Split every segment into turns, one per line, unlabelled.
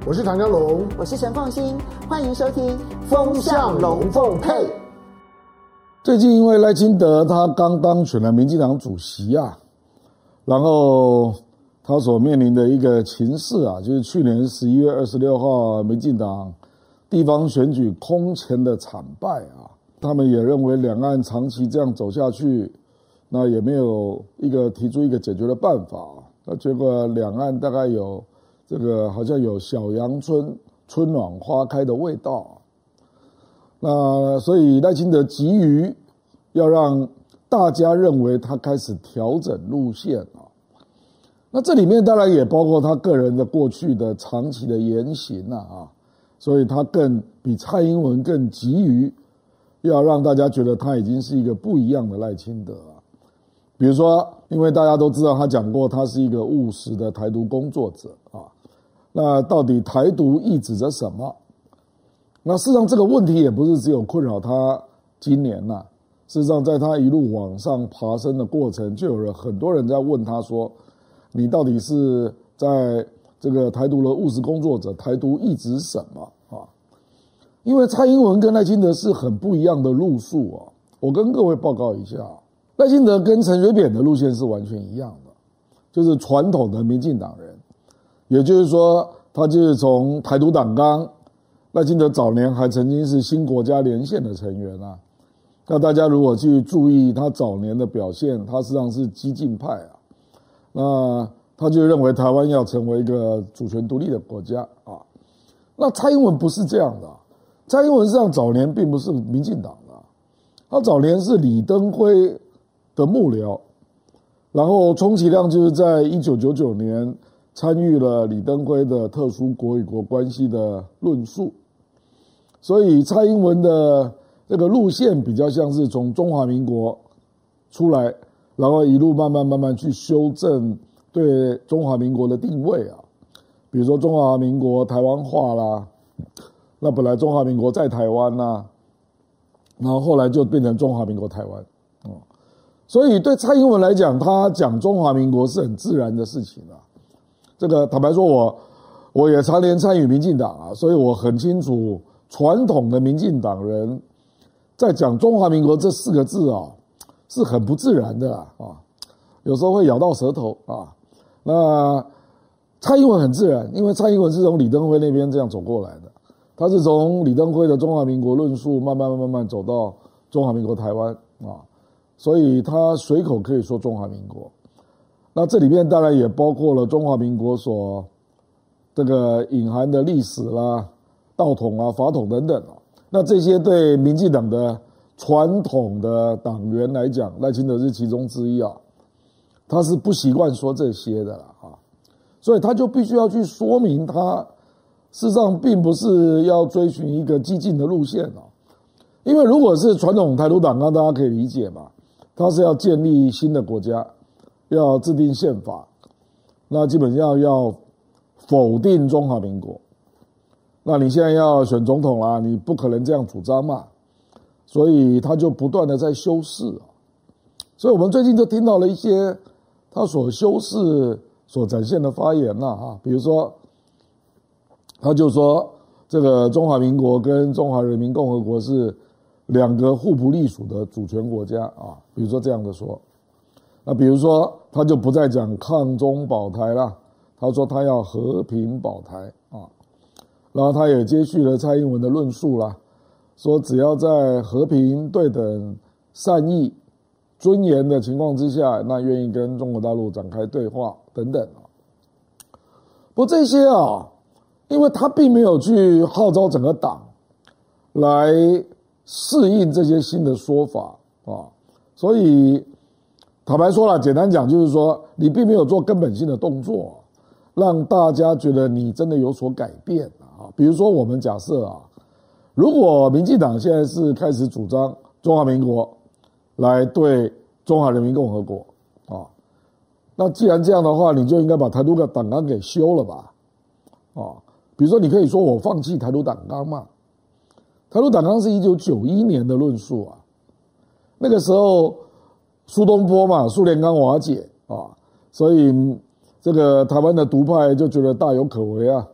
我是唐湘龙，
我是陈凤馨，欢迎收听《
风向龙凤配》。
最近因为赖清德他刚当选了民进党主席啊，然后他所面临的一个情势啊，就是去年11月26号民进党地方选举空前的惨败啊，他们也认为两岸长期这样走下去，那也没有提出一个解决的办法，那结果两岸大概有这个好像有小阳春春暖花开的味道，那所以赖清德急于要让大家认为他开始调整路线啊，那这里面当然也包括他个人的过去的长期的言行啊，所以他更比蔡英文更急于要让大家觉得他已经是一个不一样的赖清德啊。比如说，因为大家都知道他讲过他是一个务实的台独工作者啊，那到底台独意指着什么？那事实上这个问题也不是只有困扰他今年啊，事实上在他一路往上爬升的过程，就有了很多人在问他说，你到底是在这个台独的务实工作者，台独意指什么啊？因为蔡英文跟赖清德是很不一样的路数啊，我跟各位报告一下，赖清德跟陈水扁的路线是完全一样的，就是传统的民进党人，也就是说他就是从台独党纲，赖清德早年还曾经是新国家连线的成员啊，那大家如果去注意他早年的表现，他实际上是激进派啊，那他就认为台湾要成为一个主权独立的国家啊。那蔡英文不是这样的，蔡英文实际上早年并不是民进党的，他早年是李登辉的幕僚，然后充其量就是在1999年参与了李登辉的特殊国与国关系的论述，所以蔡英文的这个路线比较像是从中华民国出来，然后一路慢慢去修正对中华民国的定位啊，比如说中华民国台湾化啦，那本来中华民国在台湾啦，然后后来就变成中华民国台湾哦，所以对蔡英文来讲，他讲中华民国是很自然的事情啊。这个坦白说我也常年参与民进党啊，所以我很清楚传统的民进党人在讲中华民国这4个字啊是很不自然的啊，有时候会咬到舌头啊。那蔡英文很自然，因为蔡英文是从李登辉那边这样走过来的，他是从李登辉的中华民国论述慢慢走到中华民国台湾啊，所以他随口可以说中华民国。那这里面当然也包括了中华民国所这个隐含的历史啦、道统啊、法统等等啊。那这些对民进党的传统的党员来讲，赖清德是其中之一啊，他是不习惯说这些的啦啊，所以他就必须要去说明他事实上并不是要追寻一个激进的路线啊，因为如果是传统台独党纲，大家可以理解嘛，他是要建立新的国家，要制定宪法，那基本上要否定中华民国，那你现在要选总统啦，你不可能这样主张嘛，所以他就不断的在修饰啊，所以我们最近就听到了一些他所修饰所展现的发言啊，比如说他就说这个中华民国跟中华人民共和国是2个互不隶属的主权国家啊，比如说这样的说。那比如说他就不再讲抗中保台啦，他说他要和平保台啊，然后他也接续了蔡英文的论述啦，说只要在和平、对等、善意、尊严的情况之下，那愿意跟中国大陆展开对话等等啊。不过这些啊，因为他并没有去号召整个党来适应这些新的说法啊，所以坦白说啦，简单讲就是说，你并没有做根本性的动作，让大家觉得你真的有所改变啊。比如说，我们假设啊，如果民进党现在是开始主张中华民国来对中华人民共和国啊，那既然这样的话，你就应该把台独党纲给修了吧？啊，比如说你可以说我放弃台独党纲嘛，台独党纲是1991年的论述啊，那个时候苏东坡嘛，苏联刚瓦解啊，所以这个台湾的独派就觉得大有可为啊，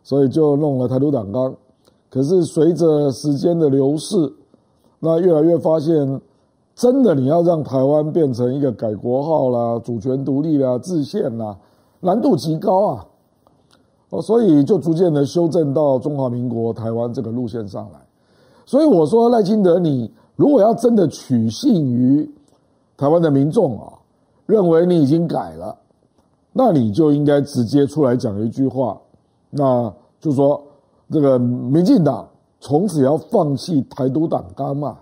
所以就弄了台独党纲。可是随着时间的流逝，那越来越发现，真的你要让台湾变成一个改国号啦、主权独立啦、制宪啦，难度极高啊。所以就逐渐的修正到中华民国台湾这个路线上来。所以我说赖清德，你如果要真的取信于台湾的民众啊，认为你已经改了，那你就应该直接出来讲一句话，那就说这个民进党从此要放弃台独党纲嘛，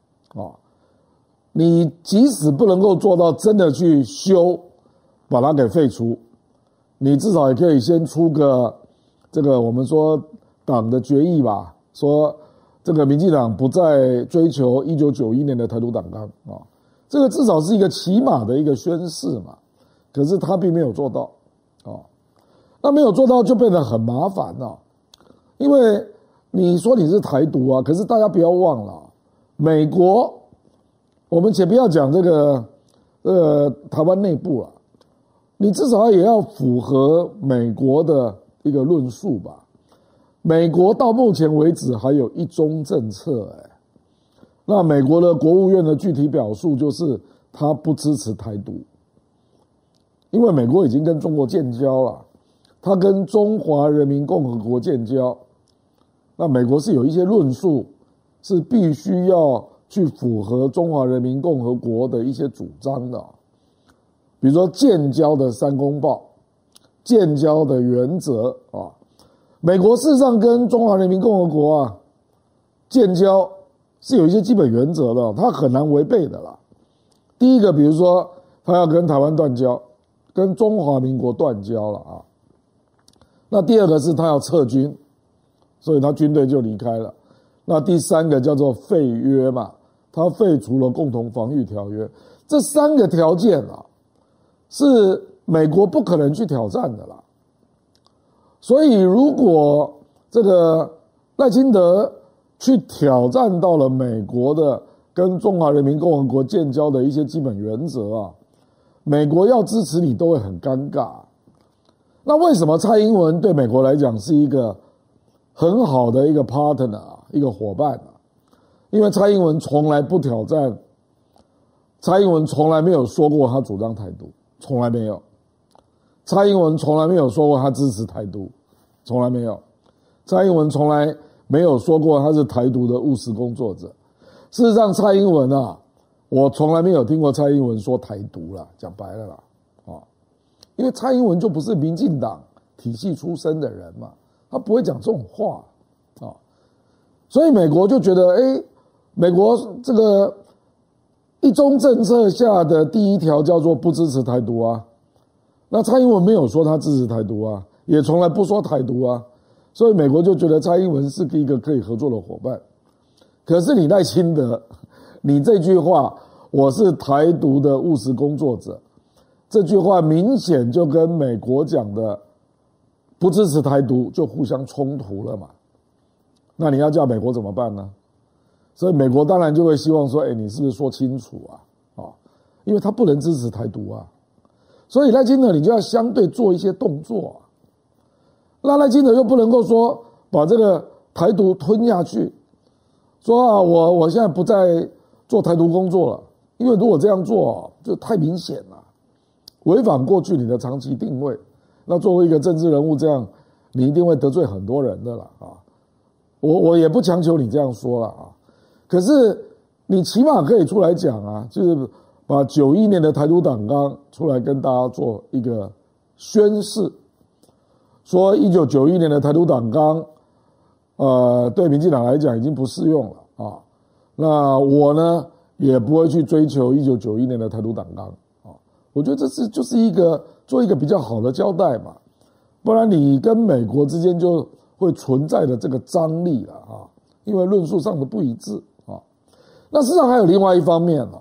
你即使不能够做到真的去修，把它给废除，你至少也可以先出个这个我们说党的决议吧，说这个民进党不再追求1991年的台独党纲啊，这个至少是一个起码的一个宣示嘛。可是他并没有做到啊，那没有做到就变得很麻烦了，因为你说你是台独啊，可是大家不要忘了，美国，我们且不要讲这个台湾内部了。你至少也要符合美国的一个论述吧。美国到目前为止还有一中政策，那美国的国务院的具体表述就是他不支持台独，因为美国已经跟中国建交了，他跟中华人民共和国建交，那美国是有一些论述是必须要去符合中华人民共和国的一些主张的。比如说建交的三公报，建交的原则啊，美国事实上跟中华人民共和国啊建交是有一些基本原则的，它很难违背的啦。第一个，比如说他要跟台湾断交，跟中华民国断交了啊。那第二个是他要撤军，所以他军队就离开了。那第三个叫做废约嘛，他废除了共同防御条约。这三个条件啊，是美国不可能去挑战的啦。所以如果这个赖清德去挑战到了美国的跟中华人民共和国建交的一些基本原则啊，美国要支持你都会很尴尬。那为什么蔡英文对美国来讲是一个很好的一个 partner 一个伙伴啊？因为蔡英文从来不挑战，蔡英文从来没有说过他主张台独，从来没有。蔡英文从来没有说过他支持台独，从来没有。蔡英文从来没有说过他是台独的务实工作者。事实上，蔡英文啊，我从来没有听过蔡英文说台独啦，讲白了啦，因为蔡英文就不是民进党体系出身的人嘛，他不会讲这种话啊。所以美国就觉得，美国这个一中政策下的第一条叫做不支持台独啊。那蔡英文没有说他支持台独啊，也从来不说台独啊，所以美国就觉得蔡英文是一个可以合作的伙伴。可是你赖清德，你这句话我是台独的务实工作者，这句话明显就跟美国讲的不支持台独就互相冲突了嘛。那你要叫美国怎么办呢？所以美国当然就会希望说，你是不是说清楚啊？因为他不能支持台独啊。所以赖清德你就要相对做一些动作啊。那赖清德又不能够说把这个台独吞下去，说我现在不再做台独工作了，因为如果这样做就太明显了，违反过去你的长期定位。那作为一个政治人物，这样你一定会得罪很多人的啦啊。我也不强求你这样说了啊，可是你起码可以出来讲啊，就是把91年的台独党纲出来跟大家做一个宣示，说1991年的台独党纲，对民进党来讲已经不适用了啊。那我呢也不会去追求1991年的台独党纲啊。我觉得这就是做一个比较好的交代嘛，不然你跟美国之间就会存在的这个张力了啊，因为论述上的不一致啊。那事实上还有另外一方面了。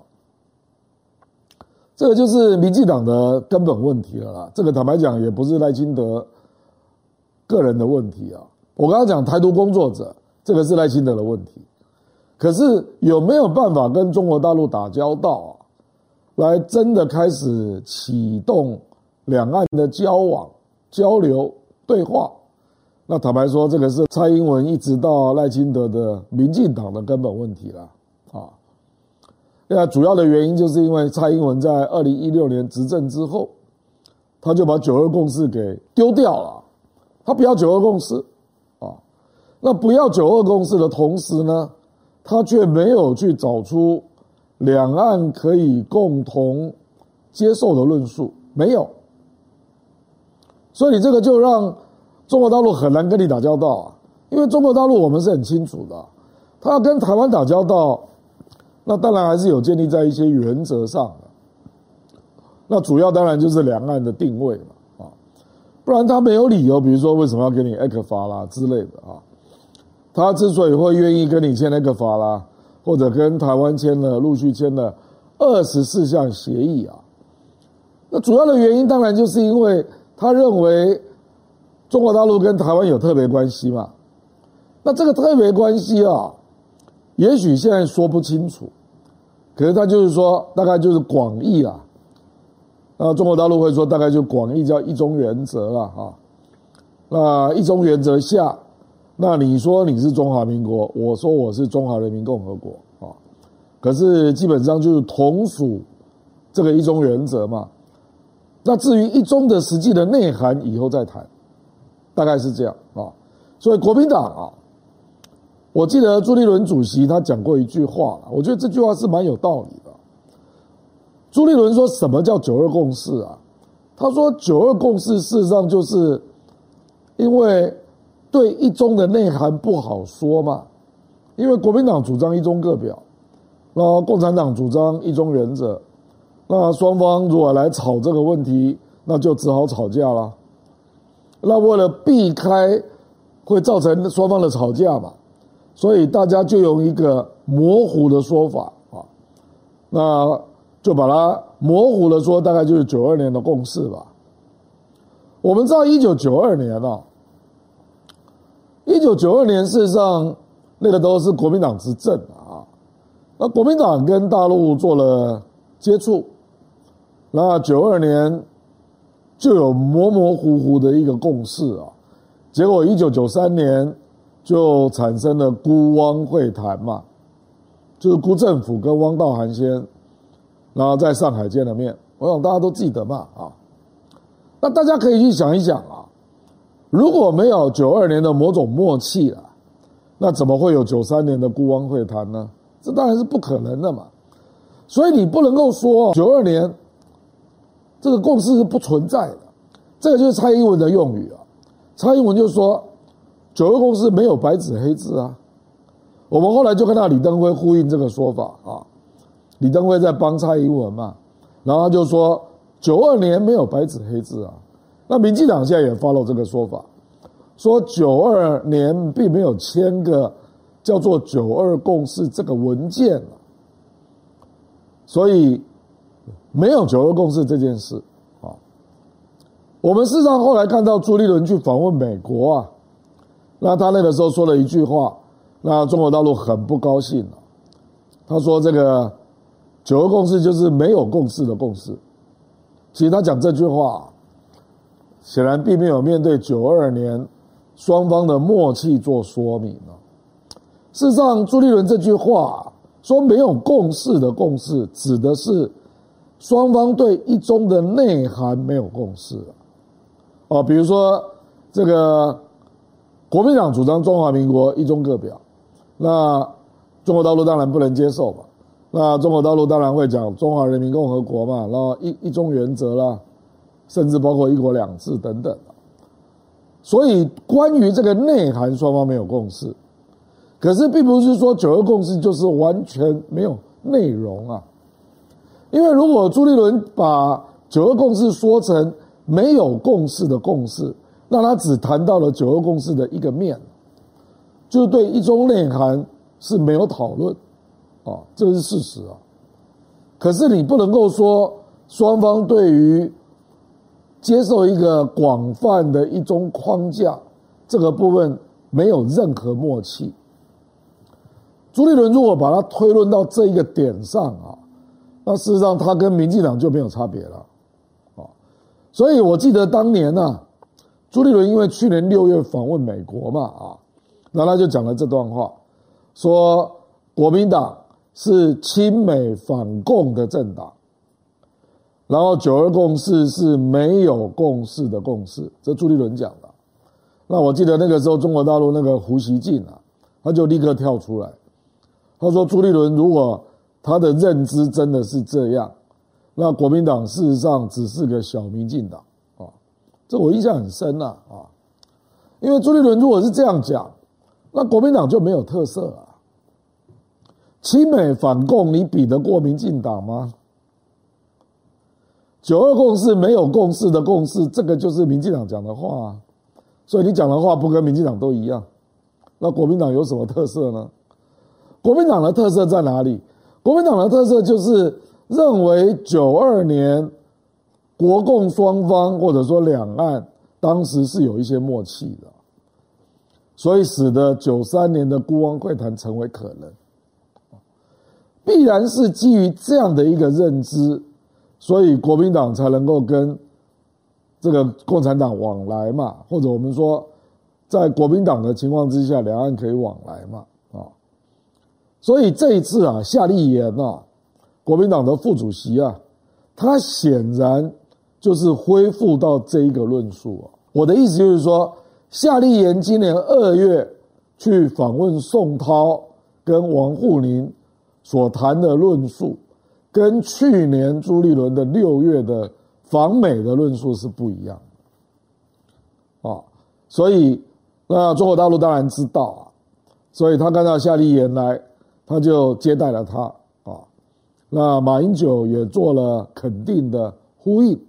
这个就是民进党的根本问题了啦。这个坦白讲也不是赖清德个人的问题啊。我刚刚讲台独工作者，这个是赖清德的问题。可是有没有办法跟中国大陆打交道来真的开始启动两岸的交往、交流、对话？ 那坦白说，这个是蔡英文一直到赖清德的民进党的根本问题了啊。那主要的原因就是因为蔡英文在2016年执政之后，他就把9·2共识给丢掉了，他不要9·2共识啊。那不要9·2共识的同时呢，他却没有去找出两岸可以共同接受的论述，没有。所以你这个就让中国大陆很难跟你打交道啊，因为中国大陆我们是很清楚的，他要跟台湾打交道，那当然还是有建立在一些原则上的。那主要当然就是两岸的定位嘛，啊，不然他没有理由，比如说为什么要给你 ECFA 啦之类的啊。他之所以会愿意跟你签 ECFA 啦，或者跟台湾陆续签了24项协议啊，那主要的原因当然就是因为他认为中国大陆跟台湾有特别关系嘛。那这个特别关系啊，也许现在说不清楚，可是他就是说大概就是广义啊。那中国大陆会说大概就广义叫一中原则了啊。那一中原则下，那你说你是中华民国，我说我是中华人民共和国啊，可是基本上就是同属这个一中原则嘛。那至于一中的实际的内涵，以后再谈，大概是这样啊。所以国民党啊，我记得朱立伦主席他讲过一句话，我觉得这句话是蛮有道理的。朱立伦说什么叫9·2共识啊？他说9·2共识事实上就是因为对一中的内涵不好说嘛，因为国民党主张一中各表，那共产党主张一中原则，那双方如果来吵这个问题，那就只好吵架了。那为了避开会造成双方的吵架嘛，所以大家就用一个模糊的说法啊，那就把它模糊的说，大概就是92年的共识吧。我们知道1992年啊，1992年事实上那个都是国民党执政啊，那国民党跟大陆做了接触，那92年就有模模糊糊的一个共识啊，结果1993年就产生了辜汪会谈嘛，就是辜政府跟汪道涵先，然后在上海见了面，我想大家都记得嘛啊。那大家可以去想一想啊，如果没有92年的某种默契了，那怎么会有93年的辜汪会谈呢？这当然是不可能的嘛。所以你不能够说92年这个共识是不存在的，这个就是蔡英文的用语啊。蔡英文就说9·2共识没有白纸黑字啊。我们后来就看到李登辉呼应这个说法啊，李登辉在帮蔡英文嘛，然后他就说92年没有白纸黑字啊。那民进党现在也 follow 这个说法，说92年并没有签个叫做9·2共识这个文件啊，所以没有9·2共识这件事啊。我们事实上后来看到朱立伦去访问美国啊，那他那个时候说了一句话，那中国大陆很不高兴啊。他说这个9·2共识就是没有共识的共识。其实他讲这句话显然并没有面对92年双方的默契做说明啊。事实上朱立伦这句话说没有共识的共识，指的是双方对一中的内涵没有共识啊。比如说这个国民党主张中华民国一中各表，那中国大陆当然不能接受嘛，那中国大陆当然会讲中华人民共和国嘛，然后一中原则啦，甚至包括一国两制等等。所以关于这个内涵双方没有共识，可是并不是说9·2共识就是完全没有内容啊。因为如果朱立伦把9·2共识说成没有共识的共识，那他只谈到了9·2共识的一个面，就是对一中内涵是没有讨论啊，这是事实啊。可是你不能够说双方对于接受一个广泛的一中框架这个部分没有任何默契。朱立伦如果把它推论到这一个点上啊，那事实上他跟民进党就没有差别了啊。所以我记得当年啊， 朱立伦因为去年6月访问美国嘛那他就讲了这段话，说国民党是亲美反共的政党，然后9·2共识是没有共识的共识，这朱立伦讲的。那我记得那个时候中国大陆那个胡锡进他就立刻跳出来，他说朱立伦如果他的认知真的是这样，那国民党事实上只是个小民进党这我印象很深因为朱立伦如果是这样讲，那国民党就没有特色亲美反共你比得过民进党吗？9·2共识没有共识的共识，这个就是民进党讲的话所以你讲的话不跟民进党都一样，那国民党有什么特色呢？国民党的特色在哪里？国民党的特色就是认为92年国共双方或者说两岸当时是有一些默契的，所以使得93年的孤汪会谈成为可能。必然是基于这样的一个认知，所以国民党才能够跟这个共产党往来嘛，或者我们说在国民党的情况之下，两岸可以往来嘛所以这一次夏立言国民党的副主席他显然就是恢复到这一个论述我的意思就是说，夏立言今年2月去访问宋涛跟王沪宁所谈的论述，跟去年朱立伦的6月的访美的论述是不一样的所以那中国大陆当然知道所以他看到夏立言来，他就接待了他那马英九也做了肯定的呼应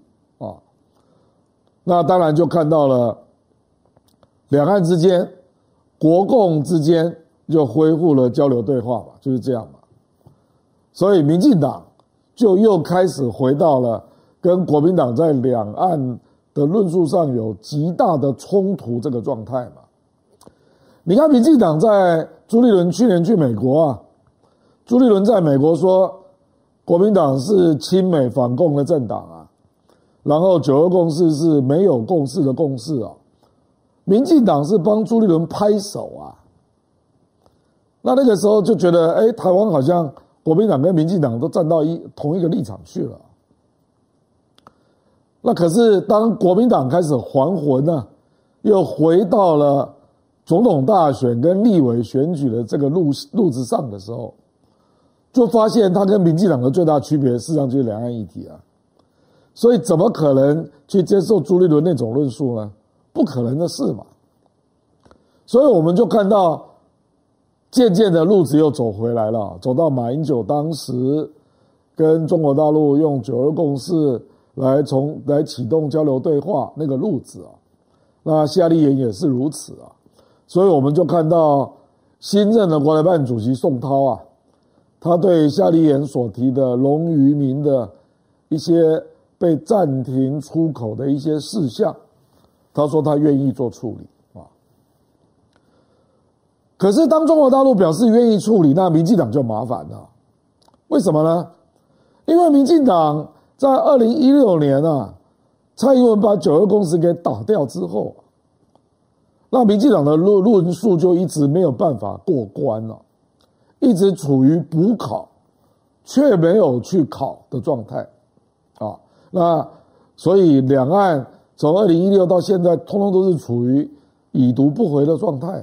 那当然就看到了两岸之间国共之间就恢复了交流对话嘛，就是这样嘛。所以民进党就又开始回到了跟国民党在两岸的论述上有极大的冲突这个状态嘛。你看民进党在朱立伦去年去美国朱立伦在美国说国民党是亲美反共的政党然后9·2共识是没有共识的共识民进党是帮朱立伦拍手那个时候就觉得台湾好像国民党跟民进党都站到同一个立场去了。那可是当国民党开始还魂又回到了总统大选跟立委选举的这个路子上的时候，就发现他跟民进党的最大区别事实上就是两岸议题所以怎么可能去接受朱立伦那种论述呢？不可能的事嘛。所以我们就看到渐渐的路子又走回来了，走到马英九当时跟中国大陆用9·2共识来启动交流对话那个路子那夏立言也是如此所以我们就看到新任的国台办主席宋涛他对夏立言所提的龙渔民的一些被暂停出口的一些事项，他说他愿意做处理可是当中国大陆表示愿意处理，那民进党就麻烦了。为什么呢？因为民进党在2016年蔡英文把9·2共识给打掉之后，那民进党的论述就一直没有办法过关一直处于补考却没有去考的状态那所以两岸从2016到现在通通都是处于已读不回的状态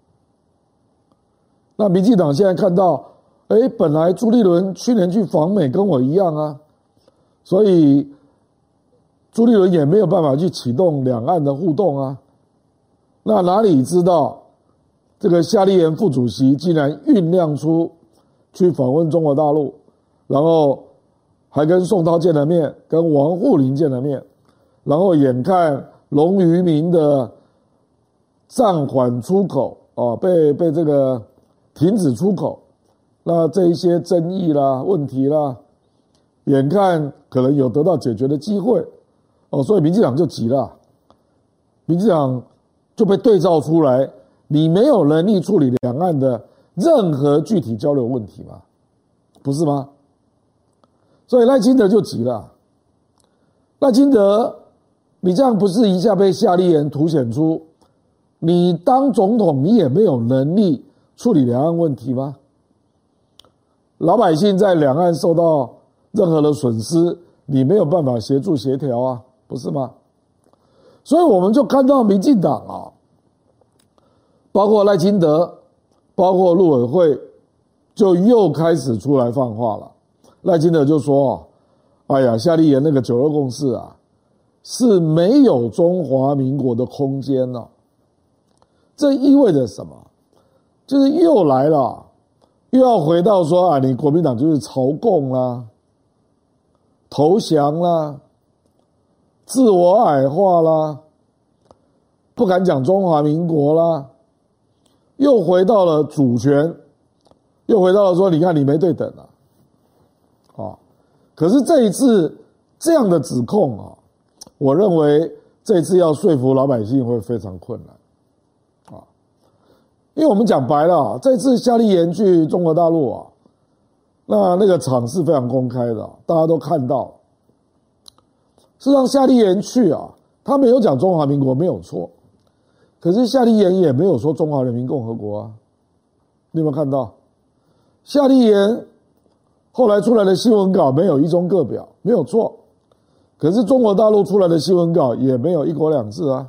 那民进党现在看到本来朱立伦去年去访美跟我一样所以朱立伦也没有办法去启动两岸的互动那哪里知道这个夏立言副主席竟然酝酿出去访问中国大陆，然后还跟宋涛见了面，跟王沪宁见了面，然后眼看龙渔民的暂缓出口被这个停止出口，那这一些争议啦问题啦眼看可能有得到解决的机会所以民进党就急了，民进党就被对照出来你没有能力处理两岸的任何具体交流问题嘛，不是吗？所以赖清德就急了。赖清德你这样不是一下被夏立言凸显出，你当总统你也没有能力处理两岸问题吗？老百姓在两岸受到任何的损失，你没有办法协助协调啊，不是吗？所以我们就看到民进党啊，包括赖清德，包括陆委会，就又开始出来放话了。赖清德就说：“哎呀，夏立言那个9·2共识啊，是没有中华民国的空间了。”这意味着什么？就是又来了，又要回到说啊，你国民党就是朝共啦、投降啦、自我矮化啦、不敢讲中华民国啦，又回到了主权，又回到了说，你看你没对等啊。可是这一次这样的指控啊，我认为这一次要说服老百姓会非常困难啊，因为我们讲白了啊，这次夏立言去中国大陆啊，那个场是非常公开的，大家都看到。事实上，夏立言去啊，他没有讲中华民国没有错，可是夏立言也没有说中华人民共和国啊，你有没有看到？夏立言后来出来的新闻稿没有一中各表，没有错。可是中国大陆出来的新闻稿也没有一国两制啊。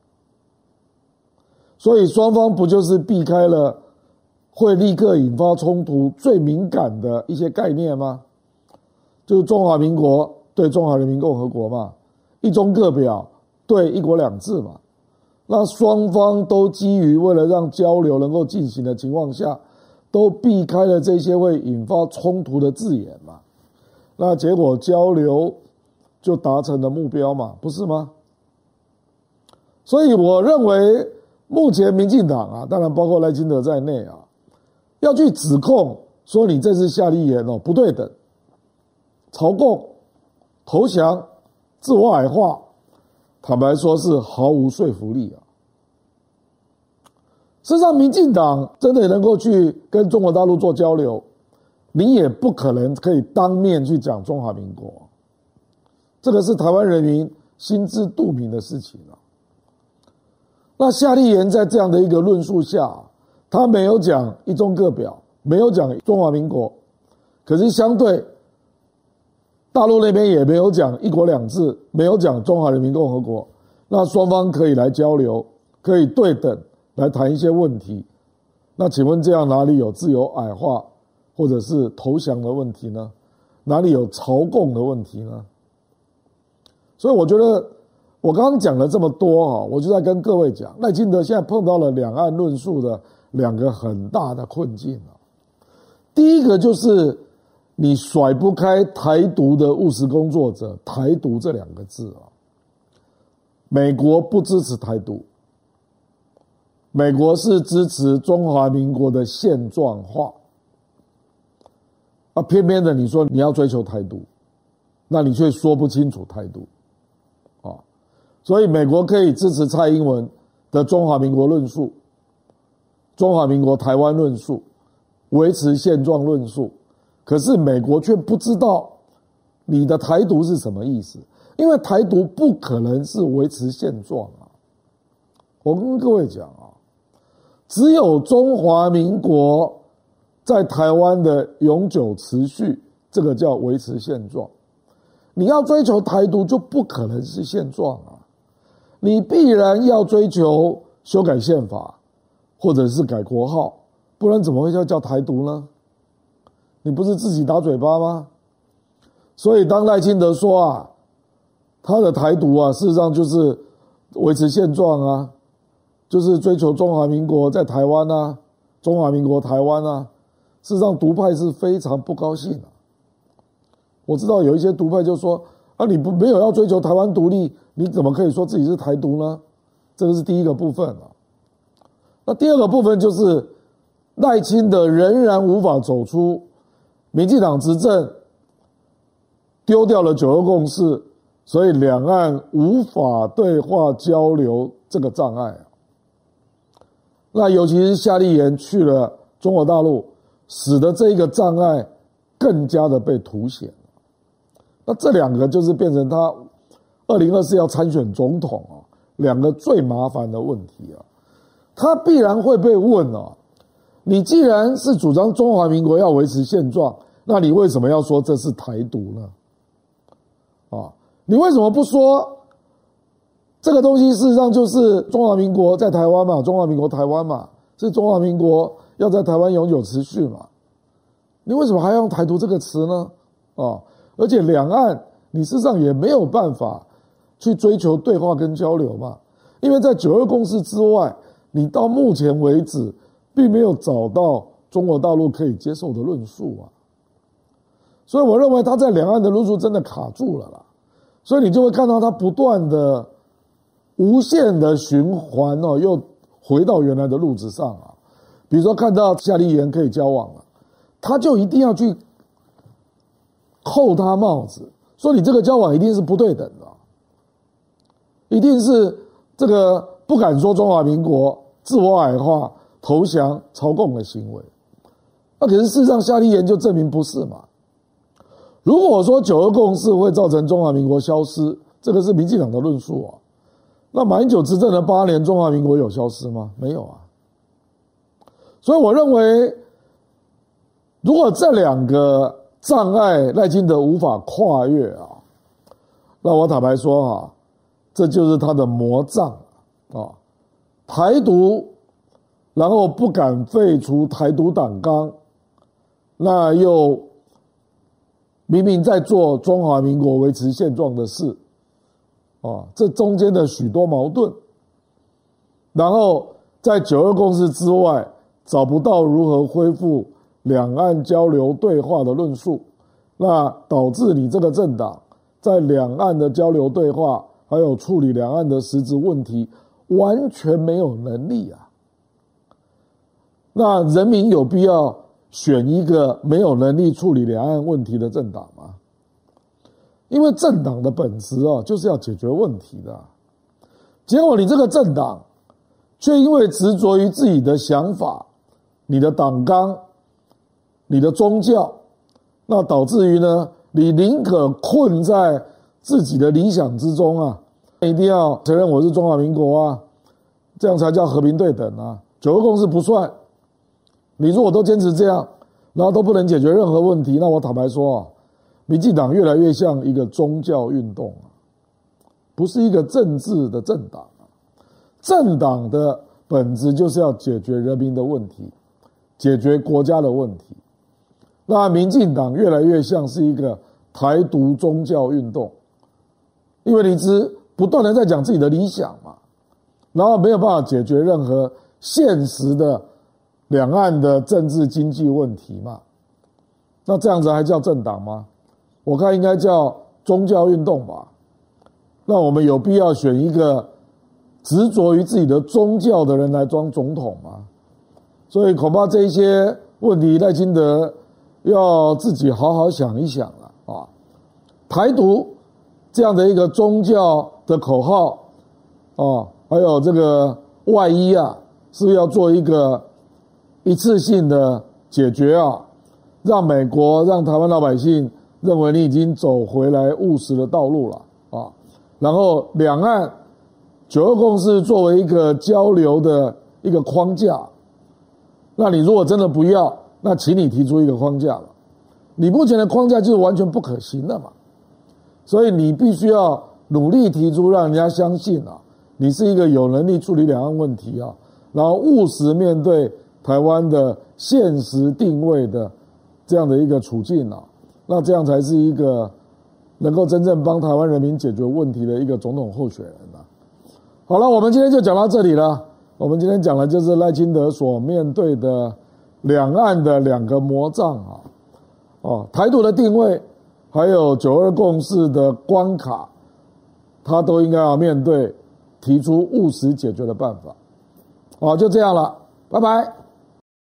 所以双方不就是避开了会立刻引发冲突最敏感的一些概念吗？就是中华民国对中华人民共和国嘛，一中各表对一国两制嘛。那双方都基于为了让交流能够进行的情况下，都避开了这些会引发冲突的字眼嘛，那结果交流就达成了目标嘛，不是吗？所以我认为目前民进党啊，当然包括赖清德在内啊，要去指控说你这次夏立言哦不对等、朝共、投降、自我矮化，坦白说是毫无说服力啊。事实上，民进党真的能够去跟中国大陆做交流，你也不可能可以当面去讲中华民国，这个是台湾人民心知肚明的事情啊。那夏立言在这样的一个论述下，他没有讲一中各表，没有讲中华民国，可是相对大陆那边也没有讲一国两制，没有讲中华人民共和国，那双方可以来交流，可以对等来谈一些问题。那请问这样哪里有自由矮化或者是投降的问题呢？哪里有朝共的问题呢？所以我觉得我刚刚讲了这么多啊，我就在跟各位讲，赖清德现在碰到了两岸论述的两个很大的困境啊。第一个就是你甩不开台独的务实工作者，台独这两个字啊，美国不支持台独，美国是支持中华民国的现状化啊，偏偏的你说你要追求台独，那你却说不清楚台独啊，所以美国可以支持蔡英文的中华民国论述、中华民国台湾论述、维持现状论述，可是美国却不知道你的台独是什么意思，因为台独不可能是维持现状啊。我跟各位讲啊，只有中华民国在台湾的永久持续，这个叫维持现状。你要追求台独就不可能是现状啊，你必然要追求修改宪法或者是改国号，不然怎么会叫台独呢？你不是自己打嘴巴吗？所以当赖清德说啊，他的台独啊，事实上就是维持现状啊，就是追求中华民国在台湾啊，中华民国台湾啊，事实上独派是非常不高兴的。我知道有一些独派就说啊，你没有要追求台湾独立，你怎么可以说自己是台独呢？这个是第一个部分啊。那第二个部分就是赖清德仍然无法走出民进党执政丢掉了9·2共识，所以两岸无法对话交流这个障碍啊。那尤其是夏立言去了中国大陆，使得这个障碍更加的被凸显。那这两个就是变成他 2024要参选总统啊，两个最麻烦的问题啊，他必然会被问啊，你既然是主张中华民国要维持现状，那你为什么要说这是台独呢？啊，你为什么不说这个东西事实上就是中华民国在台湾嘛，中华民国台湾嘛，是中华民国要在台湾永久持续嘛？你为什么还要用台独这个词呢？啊，而且两岸你事实上也没有办法去追求对话跟交流嘛，因为在9·2共识之外，你到目前为止并没有找到中国大陆可以接受的论述啊，所以我认为他在两岸的论述真的卡住了啦，所以你就会看到他不断的无限的循环哦，又回到原来的路子上啊。比如说看到夏立言可以交往了，他就一定要去扣他帽子，说你这个交往一定是不对等的，一定是这个不敢说中华民国、自我矮化、投降、朝贡的行为。那可是事实上夏立言就证明不是嘛。如果说9·2共识会造成中华民国消失，这个是民进党的论述啊，那马英九执政的8年，中华民国有消失吗？没有啊。所以我认为，如果这两个障碍赖清德无法跨越啊，那我坦白说啊，这就是他的魔障啊，台独，然后不敢废除台独党纲，那又明明在做中华民国维持现状的事啊，这中间的许多矛盾，然后在9·2共识之外找不到如何恢复两岸交流对话的论述，那导致你这个政党在两岸的交流对话还有处理两岸的实质问题完全没有能力啊。那人民有必要选一个没有能力处理两岸问题的政党吗？因为政党的本质啊，就是要解决问题的，结果你这个政党却因为执着于自己的想法、你的党纲、你的宗教，那导致于呢，你宁可困在自己的理想之中啊，一定要承认我是中华民国啊，这样才叫和平对等啊。9·2共识不算，你如果都坚持这样，然后都不能解决任何问题，那我坦白说啊，民进党越来越像一个宗教运动啊，不是一个政治的政党啊。政党的本质就是要解决人民的问题，解决国家的问题。那民进党越来越像是一个台独宗教运动，因为你只不断的在讲自己的理想嘛，然后没有办法解决任何现实的两岸的政治经济问题嘛，那这样子还叫政党吗？我看应该叫宗教运动吧。那我们有必要选一个执着于自己的宗教的人来当总统吗？所以恐怕这一些问题赖清德要自己好好想一想了啊。台独这样的一个宗教的口号啊，还有这个外衣啊，是不是要做一个一次性的解决啊？让美国、让台湾老百姓认为你已经走回来务实的道路了啊。然后两岸9·2共识作为一个交流的一个框架，那你如果真的不要，那请你提出一个框架了。你目前的框架就是完全不可行的嘛，所以你必须要努力提出，让人家相信啊，你是一个有能力处理两岸问题啊，然后务实面对台湾的现实定位的这样的一个处境啊，那这样才是一个能够真正帮台湾人民解决问题的一个总统候选人啊。好了，我们今天就讲到这里了。我们今天讲的就是赖清德所面对的两岸的两个魔障啊，台独的定位，还有9·2共识的关卡，他都应该要面对，提出务实解决的办法。好，就这样了，拜拜。